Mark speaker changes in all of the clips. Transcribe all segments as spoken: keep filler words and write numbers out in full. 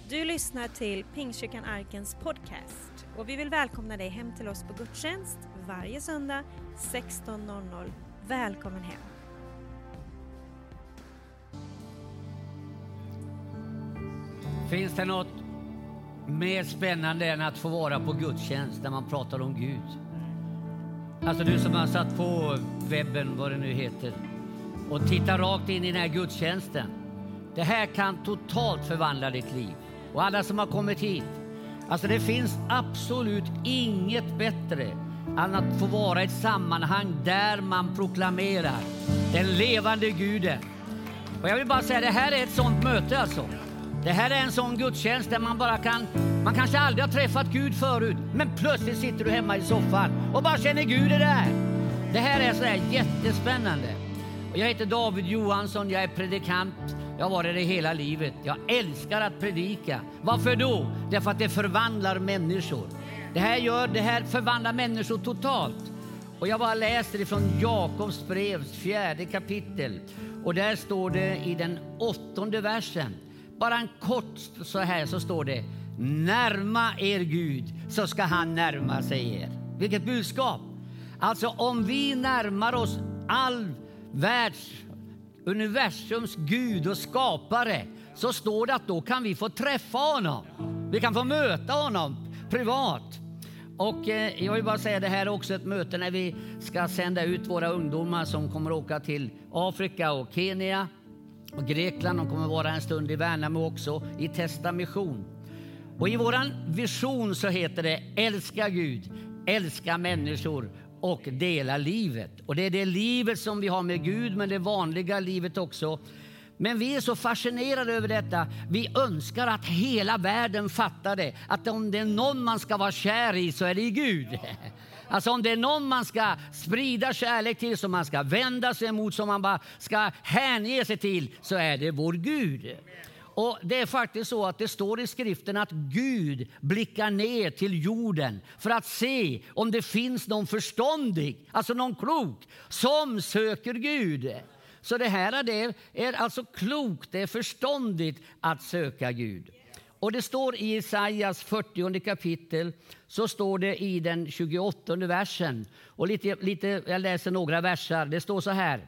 Speaker 1: Du lyssnar till Pingstkyrkan Arkens podcast och vi vill välkomna dig hem till oss på gudstjänst varje söndag sexton noll noll. Välkommen hem!
Speaker 2: Finns det något mer spännande än att få vara på gudstjänst när man pratar om Gud? Alltså du som har satt på webben, vad det nu heter, och tittar rakt in i den här gudstjänsten. Det här kan totalt förvandla ditt liv. Och alla som har kommit hit. Alltså det finns absolut inget bättre än att få vara i ett sammanhang där man proklamerar den levande Guden. Och jag vill bara säga, det här är ett sånt möte alltså. Det här är en sån gudstjänst där man bara kan, man kanske aldrig har träffat Gud förut, men plötsligt sitter du hemma i soffan och bara känner Gud är där. Det här är så här jättespännande. Och jag heter David Johansson, jag är predikant. Jag har varit det hela livet. Jag älskar att predika. Varför då? Därför att det förvandlar människor. Det här gör, det här förvandlar människor totalt. Och jag bara läser ifrån Jakobs brevs fjärde kapitel. Och där står det i den åttonde versen. Bara en kort så här så står det: närma er Gud så ska han närma sig er. Vilket budskap! Alltså om vi närmar oss all världs, universums Gud och skapare, så står det att då kan vi få träffa honom. Vi kan få möta honom privat. Och eh, jag vill bara säga, det här är också ett möte när vi ska sända ut våra ungdomar som kommer att åka till Afrika och Kenya och Grekland. De kommer vara en stund i Värnamo också i Testa mission. Och i våran vision så heter det: älska Gud, älska människor och dela livet. Och det är det livet som vi har med Gud, men det vanliga livet också. Men vi är så fascinerade över detta. Vi önskar att hela världen fattar det. Att om det är någon man ska vara kär i så är det i Gud. Alltså om det är någon man ska sprida kärlek till, som man ska vända sig emot, som man bara ska hänge sig till, så är det vår Gud. Och det är faktiskt så att det står i skriften att Gud blickar ner till jorden för att se om det finns någon förståndig, alltså någon klok, som söker Gud. Så det här det är alltså klokt, det är förståndigt att söka Gud. Och det står i Jesajas fyrtionde kapitel, så står det i den tjugoåttonde versen. Och lite, lite, jag läser några versar, det står så här: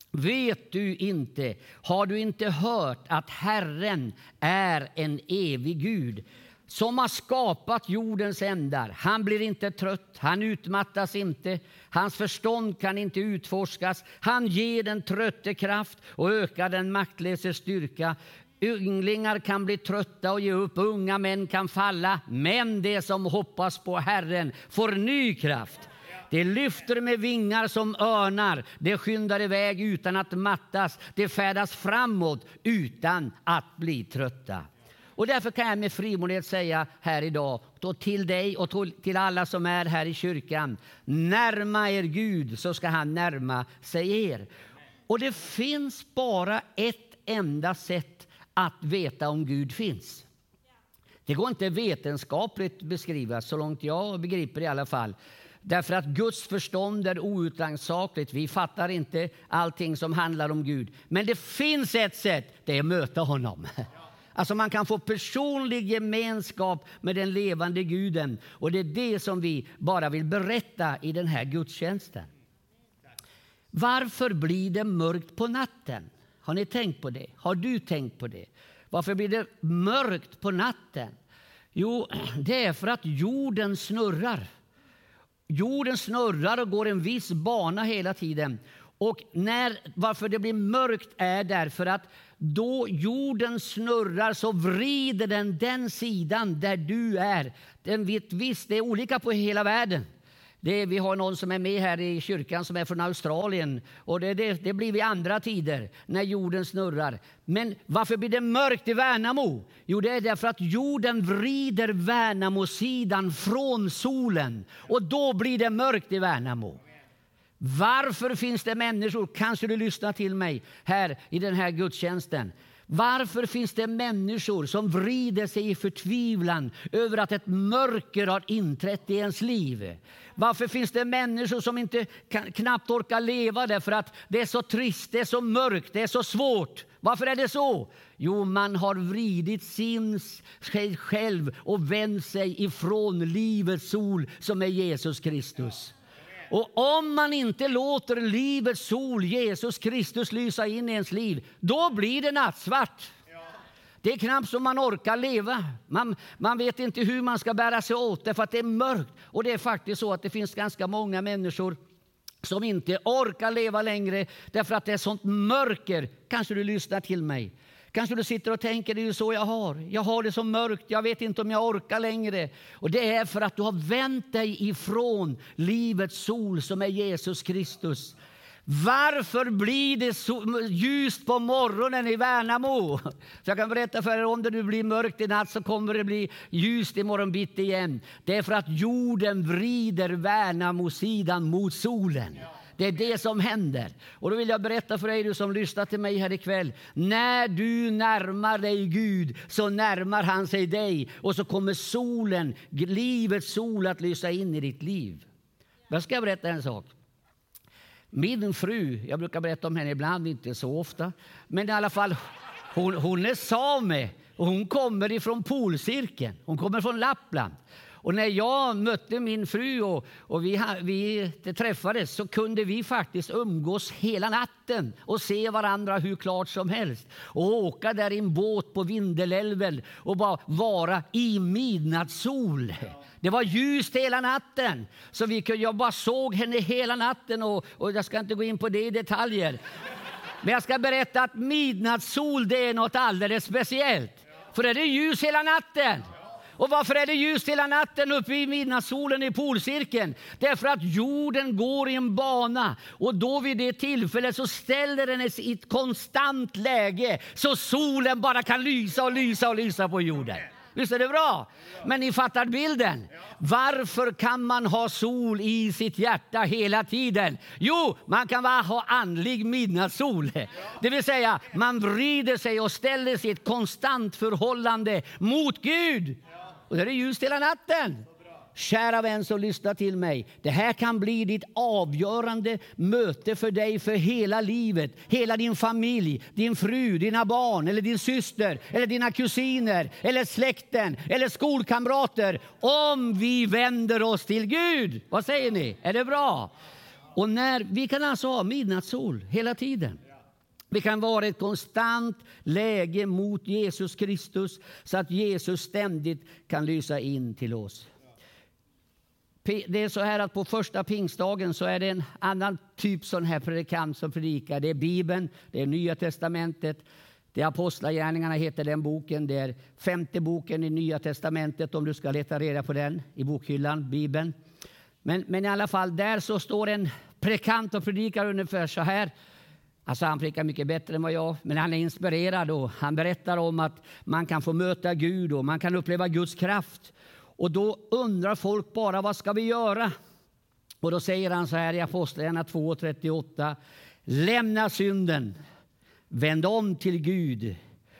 Speaker 2: vet du inte, har du inte hört att Herren är en evig Gud som har skapat jordens ändar? Han blir inte trött, han utmattas inte, hans förstånd kan inte utforskas. Han ger den trötte kraft och ökar den maktlöse styrka. Ynglingar kan bli trötta och ge upp, unga män kan falla, men det som hoppas på Herren får ny kraft. Det lyfter med vingar som örnar. Det skyndar iväg utan att mattas. Det färdas framåt utan att bli trötta. Och därför kan jag med frimodighet säga här idag, då till dig och till alla som är här i kyrkan: närma er Gud så ska han närma sig er. Och det finns bara ett enda sätt att veta om Gud finns. Det går inte vetenskapligt beskriva, så långt jag begriper i alla fall. Därför att Guds förstånd är outrannsakligt. Vi fattar inte allting som handlar om Gud. Men det finns ett sätt, det är att möta honom. Alltså man kan få personlig gemenskap med den levande Guden. Och det är det som vi bara vill berätta i den här gudstjänsten. Varför blir det mörkt på natten? Har ni tänkt på det? Har du tänkt på det? Varför blir det mörkt på natten? Jo, det är för att jorden snurrar. Jorden snurrar och går en viss bana hela tiden. Och när, varför det blir mörkt är därför att då jorden snurrar så vrider den den sidan där du är. Den vet visst, det är olika på hela världen. Det, vi har någon som är med här i kyrkan som är från Australien. Och det, det, det blir vid andra tider när jorden snurrar. Men varför blir det mörkt i Värnamo? Jo, det är därför att jorden vrider Värnamo-sidan från solen. Och då blir det mörkt i Värnamo. Varför finns det människor, kanske du lyssnar till mig här i den här gudstjänsten. Varför finns det människor som vrider sig i förtvivlan över att ett mörker har inträtt i ens liv? Varför finns det människor som inte kan, knappt orkar leva därför att det är så trist, det är så mörkt, det är så svårt? Varför är det så? Jo, man har vridit sin sig själv och vänt sig ifrån livets sol som är Jesus Kristus. Och om man inte låter livets sol, Jesus Kristus, lysa in i ens liv, då blir det nattsvart. Det är knappt som man orkar leva. Man, man vet inte hur man ska bära sig åt därför att det är mörkt. Och det är faktiskt så att det finns ganska många människor som inte orkar leva längre därför att det är sånt mörker. Kanske du lyssnar till mig. Kanske du sitter och tänker, det är ju så jag har. Jag har det så mörkt, jag vet inte om jag orkar längre. Och det är för att du har vänt dig ifrån livets sol som är Jesus Kristus. Varför blir det så ljust på morgonen i Värnamo? Så jag kan berätta för er, om det nu blir mörkt i natt så kommer det bli ljust i morgon bitti igen. Det är för att jorden vrider Värnamo-sidan mot solen. Det är det som händer. Och då vill jag berätta för dig, du som lyssnar till mig här ikväll. När du närmar dig Gud så närmar han sig dig. Och så kommer solen, livets sol, att lysa in i ditt liv. Jag ska berätta en sak. Min fru, jag brukar berätta om henne ibland, inte så ofta. Men i alla fall, hon, hon är same och hon kommer ifrån polcirkeln. Hon kommer från Lappland. Och när jag mötte min fru och, och vi, vi träffades så kunde vi faktiskt umgås hela natten och se varandra hur klart som helst. Och åka där i en båt på Vindelälven och bara vara i midnattssol. Det var ljust hela natten. Så vi kunde, jag bara såg henne hela natten och, och jag ska inte gå in på det i detaljer. Men jag ska berätta att midnattssol, det är något alldeles speciellt. För det är ljus hela natten. Och varför är det ljust hela natten uppe i midnattssolen i polcirkeln? Därför att jorden går i en bana. Och då vid det tillfället så ställer den sig i ett konstant läge. Så solen bara kan lysa och lysa och lysa på jorden. Visst är det bra? Men ni fattar bilden. Varför kan man ha sol i sitt hjärta hela tiden? Jo, man kan bara ha andlig midnattssol. Det vill säga, man vrider sig och ställer sig i ett konstant förhållande mot Gud. Och det är ljust hela natten. Kära vän som lyssnar till mig. Det här kan bli ditt avgörande möte för dig för hela livet. Hela din familj, din fru, dina barn eller din syster eller dina kusiner eller släkten eller skolkamrater. Om vi vänder oss till Gud. Vad säger ni? Är det bra? Och när vi kan alltså ha midnattssol hela tiden. Vi kan vara ett konstant läge mot Jesus Kristus så att Jesus ständigt kan lysa in till oss. Det är så här att på första pingstdagen så är det en annan typ sån här predikant som predikar. Det är Bibeln, det är Nya testamentet, det är Apostlagärningarna heter den boken. Det är femte boken i Nya testamentet om du ska leta reda på den i bokhyllan, Bibeln. Men, men i alla fall där så står en predikant och predikar ungefär så här. Alltså han predikar mycket bättre än vad jag, men han är inspirerad och han berättar om att man kan få möta Gud och man kan uppleva Guds kraft. Och då undrar folk bara, vad ska vi göra? Och då säger han så här i Apostlagärningarna två trettioåtta. Lämna synden, vänd om till Gud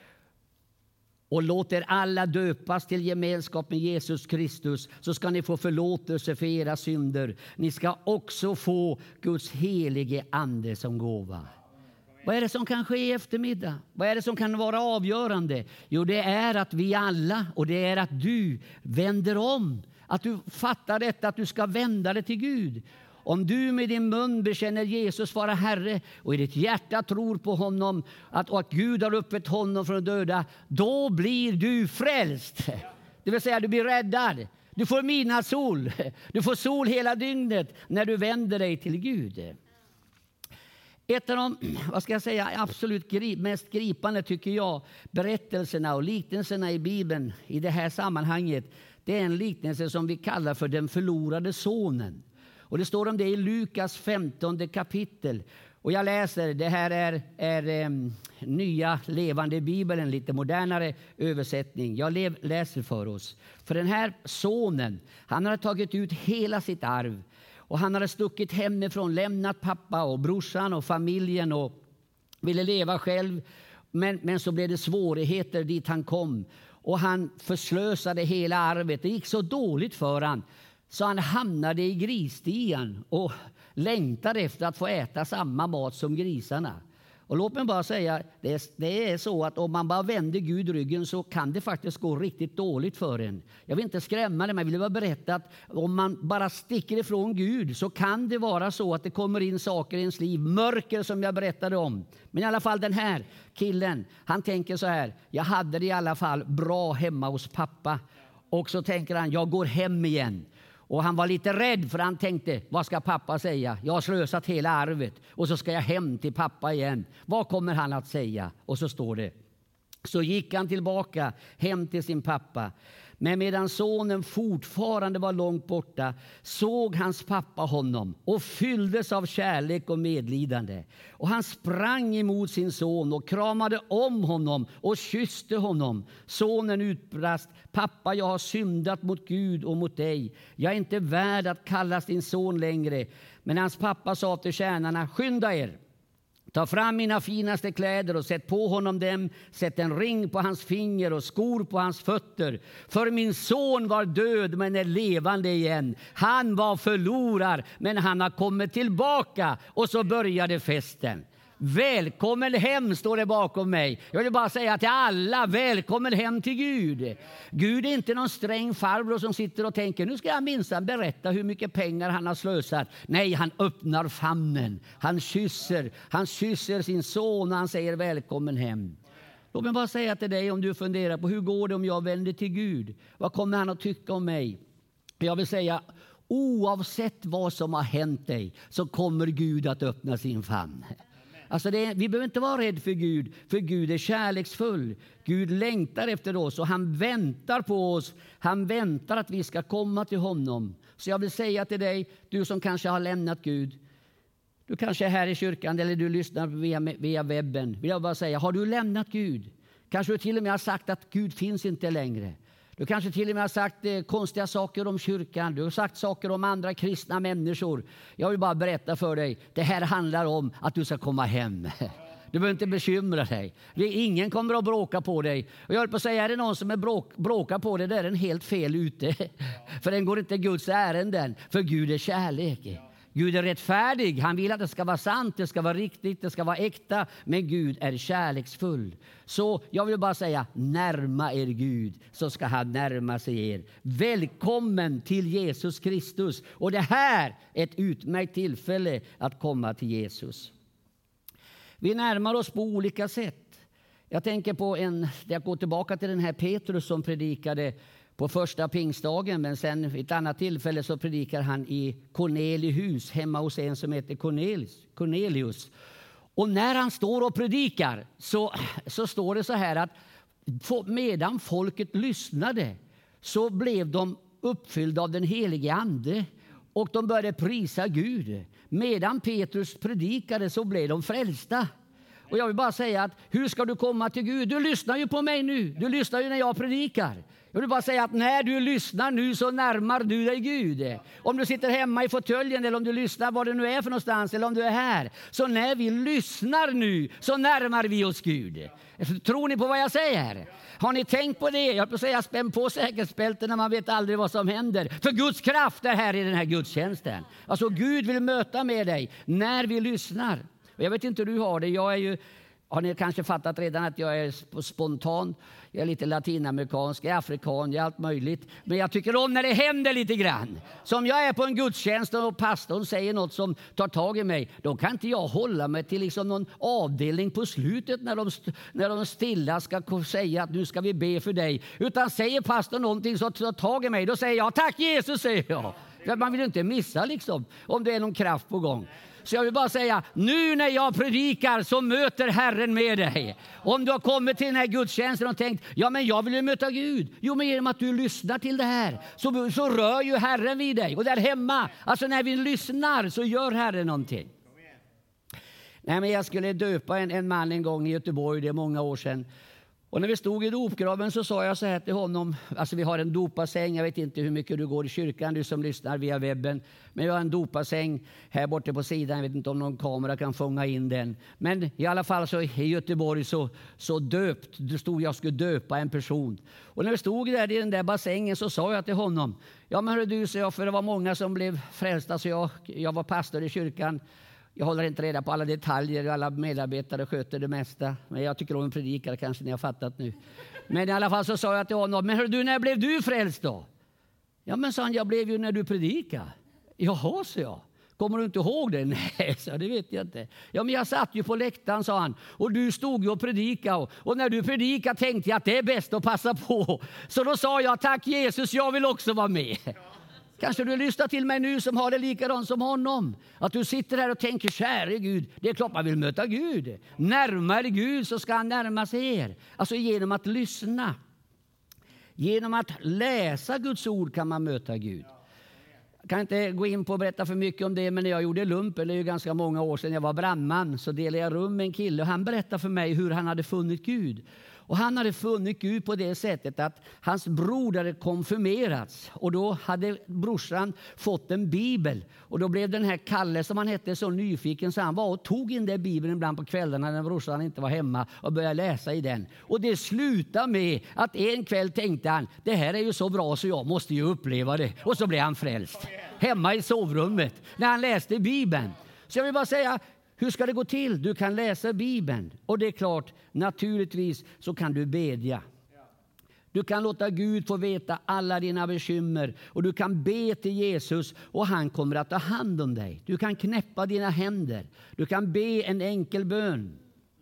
Speaker 2: och låt er alla döpas till gemenskap med Jesus Kristus, så ska ni få förlåtelse för era synder. Ni ska också få Guds helige ande som gåva. Vad är det som kan ske i eftermiddag? Vad är det som kan vara avgörande? Jo, det är att vi alla, och det är att du vänder om. Att du fattar detta, att du ska vända dig till Gud. Om du med din mun bekänner Jesus vara Herre och i ditt hjärta tror på honom att, och att Gud har uppväckt honom från de döda, då blir du frälst. Det vill säga, du blir räddad. Du får midnattssol. Du får sol hela dygnet när du vänder dig till Gud. Ett av de, vad ska jag säga, absolut grip, mest gripande tycker jag, berättelserna och liknelserna i Bibeln i det här sammanhanget, det är en liknelse som vi kallar för den förlorade sonen. Och det står om det i Lukas femtonde kapitel. Och jag läser, det här är, är um, nya levande Bibeln, en lite modernare översättning. Jag lev, läser för oss. För den här sonen, han hade tagit ut hela sitt arv. Och han hade stuckit hemifrån, lämnat pappa och brorsan och familjen och ville leva själv. Men, men så blev det svårigheter dit han kom. Och han förslösade hela arvet. Det gick så dåligt för han. Så han hamnade i grisstian och längtade efter att få äta samma mat som grisarna. Och låt mig bara säga, det är, det är så att om man bara vänder Gud ryggen så kan det faktiskt gå riktigt dåligt för en. Jag vill inte skrämma dig, men jag vill bara berätta att om man bara sticker ifrån Gud så kan det vara så att det kommer in saker i ens liv, mörker som jag berättade om. Men i alla fall den här killen, han tänker så här, jag hade det i alla fall bra hemma hos pappa. Och så tänker han, jag går hem igen. Och han var lite rädd för han tänkte, vad ska pappa säga? Jag har slösat hela arvet och så ska jag hem till pappa igen. Vad kommer han att säga? Och så står det. Så gick han tillbaka hem till sin pappa. Men medan sonen fortfarande var långt borta såg hans pappa honom och fylldes av kärlek och medlidande. Och han sprang emot sin son och kramade om honom och kysste honom. Sonen utbrast, pappa, jag har syndat mot Gud och mot dig. Jag är inte värd att kallas din son längre. Men hans pappa sa till tjänarna, skynda er. Ta fram mina finaste kläder och sätt på honom dem. Sätt en ring på hans finger och skor på hans fötter. För min son var död men är levande igen. Han var förlorad men han har kommit tillbaka. Och så började festen. Välkommen hem står det bakom mig. Jag vill bara säga till alla, välkommen hem till Gud. Gud är inte någon sträng farbror som sitter och tänker, nu ska jag minsann berätta hur mycket pengar han har slösat. Nej, han öppnar famnen. Han kysser, han kysser sin son och han säger välkommen hem. Låt mig bara säga till dig, om du funderar på hur går det om jag vänder till Gud? Vad kommer han att tycka om mig? Jag vill säga, oavsett vad som har hänt dig så kommer Gud att öppna sin famn. Alltså det, vi behöver inte vara rädd för Gud, för Gud är kärleksfull. Gud längtar efter oss och han väntar på oss. Han väntar att vi ska komma till honom. Så jag vill säga till dig, du som kanske har lämnat Gud. Du kanske är här i kyrkan eller du lyssnar via, via webben. Vill jag bara säga, har du lämnat Gud? Kanske du till och med har sagt att Gud finns inte längre. Du kanske till och med har sagt eh, konstiga saker om kyrkan. Du har sagt saker om andra kristna människor. Jag vill bara berätta för dig. Det här handlar om att du ska komma hem. Du behöver inte bekymra dig. Ingen kommer att bråka på dig. Och jag vill på säga, är det någon som är bråk, bråkar på dig, där är den helt fel ute. För den går inte Guds ärenden. För Gud är kärlek. Gud är rättfärdig. Han vill att det ska vara sant, det ska vara riktigt, det ska vara äkta. Men Gud är kärleksfull. Så jag vill bara säga, närma er Gud så ska han närma sig er. Välkommen till Jesus Kristus. Och det här är ett utmärkt tillfälle att komma till Jesus. Vi närmar oss på olika sätt. Jag tänker på en, jag går tillbaka till den här Petrus som predikade på första pingstdagen, men sen vid ett annat tillfälle så predikar han i Cornelius hemma hos en som heter Cornelius. Cornelius. Och när han står och predikar så, så står det så här att medan folket lyssnade så blev de uppfyllda av den helige ande och de började prisa Gud. Medan Petrus predikade så blev de frälsta. Och jag vill bara säga att hur ska du komma till Gud? Du lyssnar ju på mig nu. Du lyssnar ju när jag predikar. Jag vill bara säga att när du lyssnar nu så närmar du dig Gud. Om du sitter hemma i fåtöljen eller om du lyssnar var du nu är för någonstans eller om du är här. Så när vi lyssnar nu så närmar vi oss Gud. Tror ni på vad jag säger? Har ni tänkt på det? Jag vill säga, spänn på säkerhetsbälten när man vet aldrig vad som händer. För Guds kraft är här i den här gudstjänsten. Alltså Gud vill möta med dig när vi lyssnar. Och jag vet inte hur du har det. Jag är ju, har ni kanske fattat redan att jag är spontan. Jag är lite latinamerikansk, jag är afrikan, jag är allt möjligt. Men jag tycker om när det händer lite grann. Så om jag är på en gudstjänst och pastorn säger något som tar tag i mig, då kan inte jag hålla mig till liksom någon avdelning på slutet när de, när de stilla ska säga att nu ska vi be för dig. Utan säger pastorn någonting som tar tag i mig, då säger jag tack Jesus, säger jag. För man vill inte missa liksom, om det är någon kraft på gång. Så jag vill bara säga, nu när jag predikar så möter Herren med dig. Om du har kommit till den här gudstjänsten och tänkt, ja men jag vill ju möta Gud. Jo, men genom att du lyssnar till det här så, så rör ju Herren vid dig. Och där hemma, alltså när vi lyssnar så gör Herren någonting. Nej, men jag skulle döpa en, en man en gång i Göteborg, det är många år sedan. Och när vi stod i dopgraven så sa jag så här till honom. Alltså vi har en dopassäng. Jag vet inte hur mycket du går i kyrkan, du som lyssnar via webben. Men jag har en dopassäng här borta på sidan. Jag vet inte om någon kamera kan fånga in den. Men i alla fall så i Göteborg så, så döpt. Det stod jag skulle döpa en person. Och när vi stod där i den där bassängen så sa jag till honom. Ja men hörru du, så jag, för det var många som blev frälsta. Så jag, jag var pastor i kyrkan. Jag håller inte reda på alla detaljer, alla medarbetare sköter det mesta. Men jag tycker om en predikare, kanske ni har fattat nu. Men i alla fall så sa jag till honom, men hör du, när blev du frälst då? Ja men sa han, jag blev ju när du predikade. Jaha, så jag. Kommer du inte ihåg det? Nej, så det vet jag inte. Ja men jag satt ju på läktaren, sa han. Och du stod ju och predikade. Och, och när du predikade tänkte jag att det är bäst att passa på. Så då sa jag, tack Jesus, jag vill också vara med. Kanske du lyssnar till mig nu som har det likadant som honom. Att du sitter här och tänker, käre Gud, det är klart man vill möta Gud. Närmare Gud så ska han närma sig er. Alltså genom att lyssna. Genom att läsa Guds ord kan man möta Gud. Jag kan inte gå in på och berätta för mycket om det, men när jag gjorde lumpen, det är ju ganska många år sedan jag var brandman, så delade jag rum med en kille och han berättade för mig hur han hade funnit Gud. Och han hade funnit Gud på det sättet att hans bror hade konfirmerats. Och då hade brorsan fått en bibel. Och då blev den här Kalle som han hette så nyfiken så han var och tog in den bibeln ibland på kvällarna när brorsan inte var hemma och började läsa i den. Och det slutade med att en kväll tänkte han, det här är ju så bra så jag måste ju uppleva det. Och så blev han frälst. Hemma i sovrummet när han läste bibeln. Så jag vill bara säga, hur ska det gå till? Du kan läsa Bibeln. Och det är klart, naturligtvis så kan du bedja. Du kan låta Gud få veta alla dina bekymmer. Och du kan be till Jesus och han kommer att ta hand om dig. Du kan knäppa dina händer. Du kan be en enkel bön.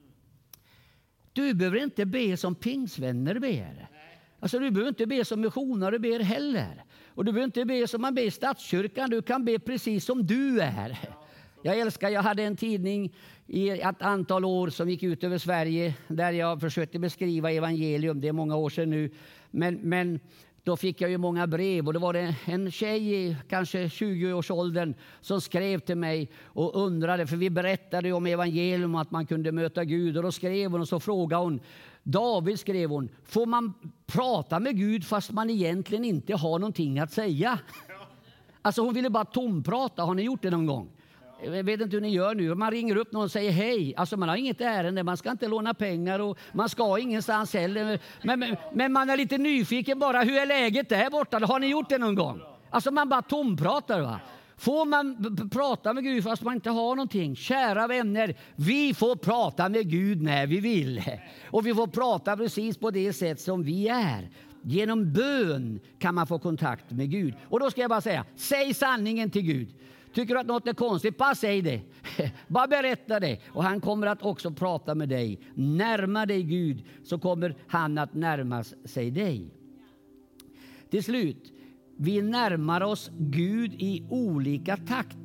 Speaker 2: Du behöver inte be som pingsvänner ber. Alltså du behöver inte be som missionare ber heller. Och du behöver inte be som man ber i statskyrkan. Du kan be precis som du är. Jag älskar, jag hade en tidning i ett antal år som gick ut över Sverige där jag försökte beskriva evangelium. Det är många år sedan nu. Men, men då fick jag ju många brev och då var det en tjej i kanske tjugo-årsåldern som skrev till mig och undrade, för vi berättade om evangelium att man kunde möta Gud. Och då skrev hon och så frågade hon, David skrev hon, får man prata med Gud fast man egentligen inte har någonting att säga? Alltså hon ville bara tomprata, har ni gjort det någon gång? Jag vet inte hur ni gör nu. Man ringer upp någon och säger hej. Alltså man har inget ärende, man ska inte låna pengar och man ska ingenstans heller. Men, men, men man är lite nyfiken bara, hur är läget där borta? Har ni gjort det någon gång? Alltså man bara tompratar va. Får man b- prata med Gud fast man inte har någonting? Kära vänner, vi får prata med Gud när vi vill. Och vi får prata precis på det sätt som vi är. Genom bön kan man få kontakt med Gud. Och då ska jag bara säga, säg sanningen till Gud. Tycker du att något är konstigt, bara säg det. Bara berätta det. Och han kommer att också prata med dig. Närma dig Gud så kommer han att närma sig dig. Till slut, vi närmar oss Gud i olika takt.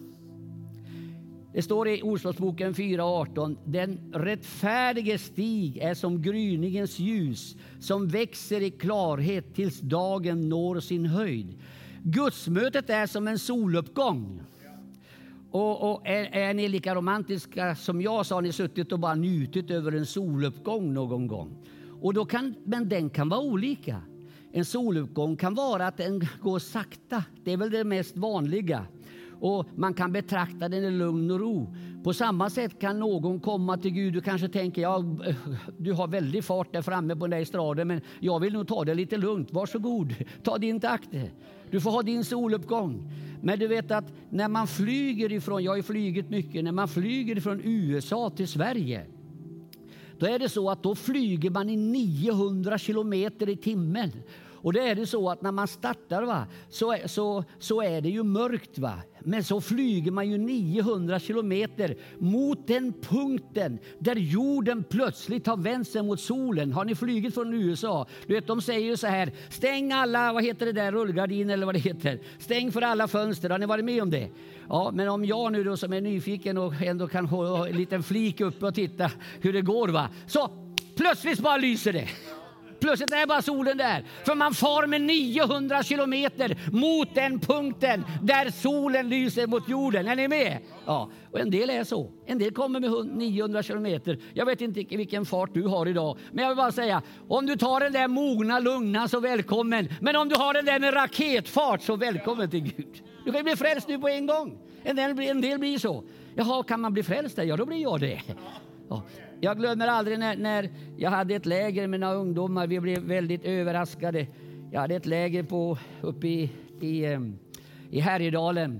Speaker 2: Det står i Ordspråksboken fyra arton. Den rättfärdige stig är som gryningens ljus som växer i klarhet tills dagen når sin höjd. Gudsmötet är som en soluppgång. Och, och är, är ni lika romantiska som jag så har ni suttit och bara njutit över en soluppgång någon gång. Och då kan, men den kan vara olika. En soluppgång kan vara att den går sakta. Det är väl det mest vanliga. Och man kan betrakta den i lugn och ro. På samma sätt kan någon komma till Gud och kanske tänker, ja, du har väldigt fart där framme på den där estraden, men jag vill nog ta det lite lugnt. Varsågod, ta din takt. Du får ha din soluppgång. Men du vet att när man flyger ifrån, jag har ju flygit mycket, när man flyger ifrån U S A till Sverige, då är det så att då flyger man i niohundra kilometer i timmen. Och det är det så att när man startar va, så, så, så är det ju mörkt va. Men så flyger man ju niohundra kilometer mot den punkten där jorden plötsligt har vänt sig mot solen. Har ni flygit från U S A? Du vet, de säger ju så här, stäng alla, vad heter det där, rullgardin eller vad det heter. Stäng för alla fönster, har ni varit med om det? Ja, men om jag nu då som är nyfiken och ändå kan ha en liten flik uppe och titta hur det går va. Så plötsligt bara lyser det. plötsligt är bara solen där. För man far med niohundra kilometer mot den punkten där solen lyser mot jorden. Är ni med? Ja, och en del är så. En del kommer med niohundra kilometer. Jag vet inte vilken fart du har idag. Men jag vill bara säga, om du tar den där mogna, lugna, så välkommen. Men om du har den där med raketfart, så välkommen till Gud. Du kan bli frälst nu på en gång. En del, en del blir så. Jaha, kan man bli frälst där? Ja, då blir jag det. Ja. Jag glömmer aldrig när, när jag hade ett läger med några ungdomar. Vi blev väldigt överraskade. Jag hade ett läger på, uppe i, i, i Härjedalen.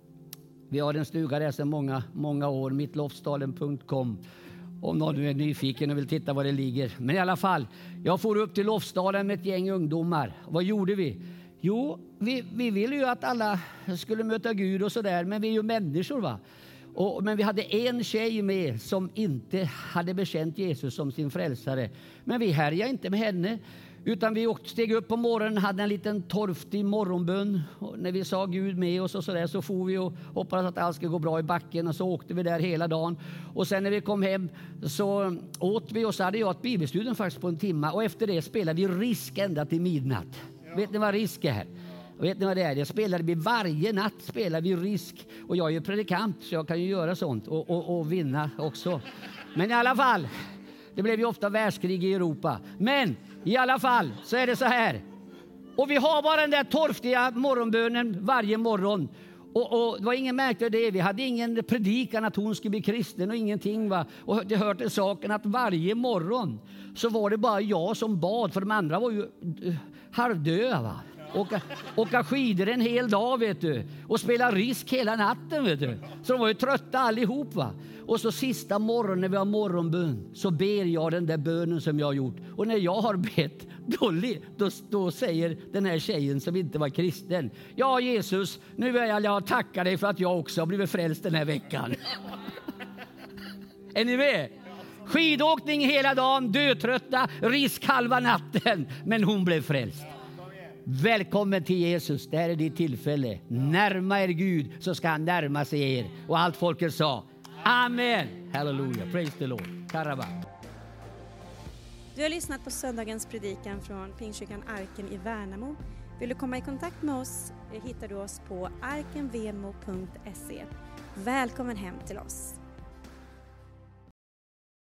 Speaker 2: Vi har en stuga där sedan många, många år. mittlofsdalen punkt com. Om någon nu är nyfiken och vill titta var det ligger. Men i alla fall, jag får upp till Lofsdalen med ett gäng ungdomar. Vad gjorde vi? Jo, vi, vi ville ju att alla skulle möta Gud och sådär. Men vi är ju människor, va? Och, men vi hade en tjej med som inte hade bekänt Jesus som sin frälsare. Men vi härjade inte med henne. Utan vi åkte, steg upp på morgonen, hade en liten torftig morgonbön. Och när vi sa Gud med oss och så där, så får vi och hoppades att allt skulle gå bra i backen. Och så åkte vi där hela dagen. Och sen när vi kom hem så åt vi, och så hade jag ett bibelstudium faktiskt på en timme. Och efter det spelade vi Risk ända till midnatt. Vet ni vad Risk är? Och vet ni vad det är? Det spelade vi varje natt, spelade vi Risk. Och jag är ju predikant, så jag kan ju göra sånt och, och, och vinna också. Men i alla fall, det blev ju ofta världskrig i Europa. Men i alla fall så är det så här. Och vi har bara den där torftiga morgonbönen varje morgon. Och, och det var ingen märkte det. Vi hade ingen predikan att hon skulle bli kristen och ingenting, va. Och det hörde saken att varje morgon så var det bara jag som bad. För de andra var ju uh, halvdöda, va. Åka, åka skidor en hel dag, vet du. Och spela Risk hela natten, vet du. Så de var ju trötta allihop, va. Och så sista morgonen när vi har morgonbön så ber jag den där bönen som jag har gjort. Och när jag har bett, då, då, då säger den här tjejen som inte var kristen: ja, Jesus, nu vill jag, jag tacka dig för att jag också har blivit frälst den här veckan. Är ni med? Skidåkning hela dagen, dötrötta, Risk halva natten. Men hon blev frälst. Välkommen till Jesus, det här är ditt tillfälle. Närma er Gud så ska han närma sig er. Och allt folket sa amen, halleluja, praise the Lord, karaba.
Speaker 1: Du har lyssnat på söndagens predikan från Pingstkyrkan Arken i Värnamo. Vill du komma i kontakt med oss hittar du oss på arkenvemo punkt se. Välkommen hem till oss.